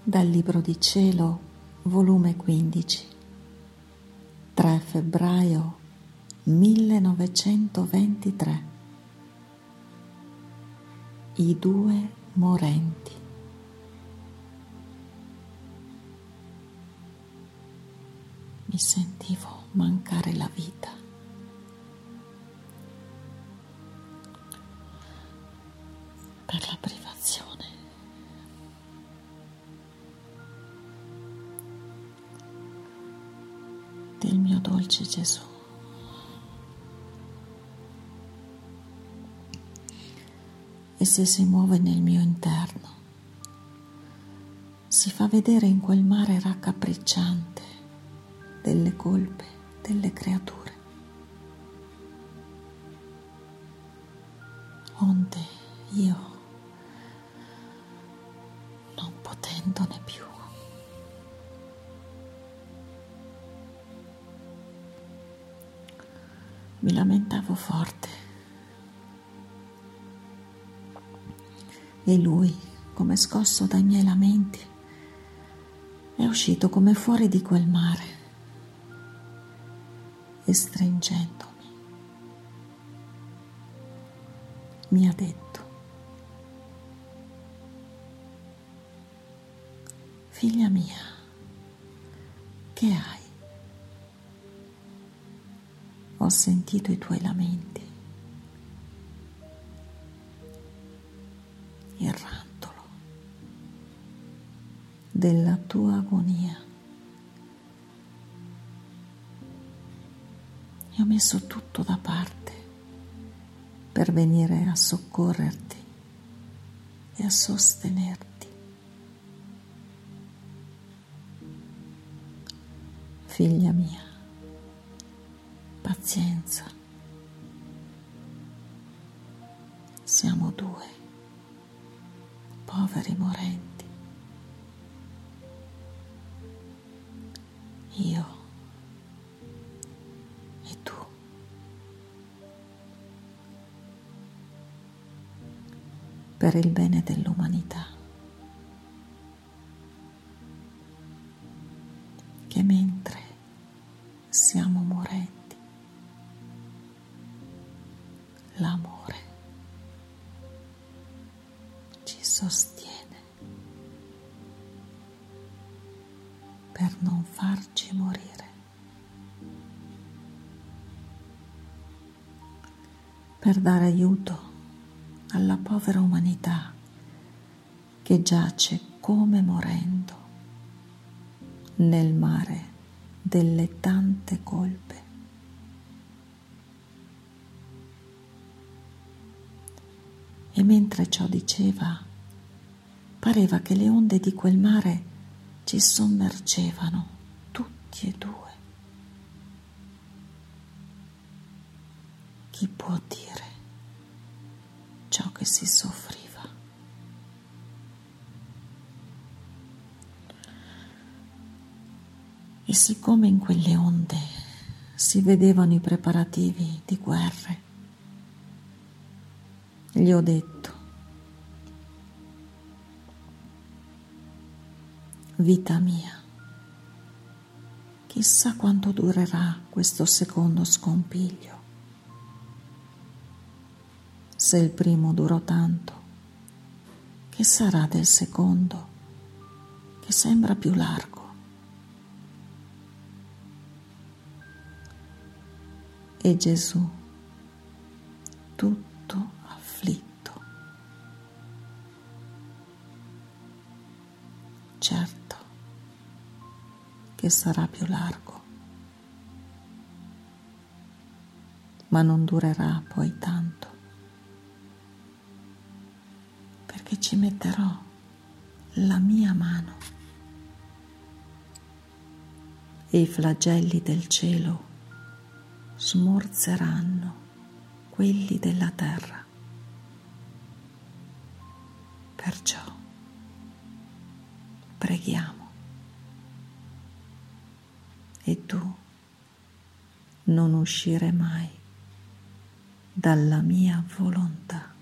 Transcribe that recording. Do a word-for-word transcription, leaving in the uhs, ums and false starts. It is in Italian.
Dal Libro di Cielo, volume quindici, tre febbraio millenovecentoventitré. I due morenti. Mi sentivo mancare la vita. Per la privazione. Del mio dolce Gesù. E se si muove nel mio interno, si fa vedere in quel mare raccapricciante delle colpe delle creature, onde io, non potendone più, mi lamentavo forte e lui, come scosso dai miei lamenti, è uscito come fuori di quel mare e stringendomi mi ha detto: figlia mia, che hai? Ho sentito i tuoi lamenti, il rantolo della tua agonia, e ho messo tutto da parte per venire a soccorrerti e a sostenerti. Figlia mia, pazienza, siamo due poveri morenti, io e tu. Per il bene dell'umanità, che mentre siamo morenti, l'amore ci sostiene per non farci morire, per dare aiuto alla povera umanità che giace come morendo nel mare delle tante colpe. E mentre ciò diceva, pareva che le onde di quel mare ci sommergevano tutti e due. Chi può dire ciò che si soffriva? E siccome in quelle onde si vedevano i preparativi di guerre, gli ho detto: vita mia, chissà quanto durerà questo secondo scompiglio. Se il primo durò tanto, che sarà del secondo, che sembra più largo? E Gesù, tutto afflitto: certo che sarà più largo, ma non durerà poi tanto, perché ci metterò la mia mano e i flagelli del cielo smorzeranno quelli della terra. Perciò preghiamo, e tu non uscire mai dalla mia volontà.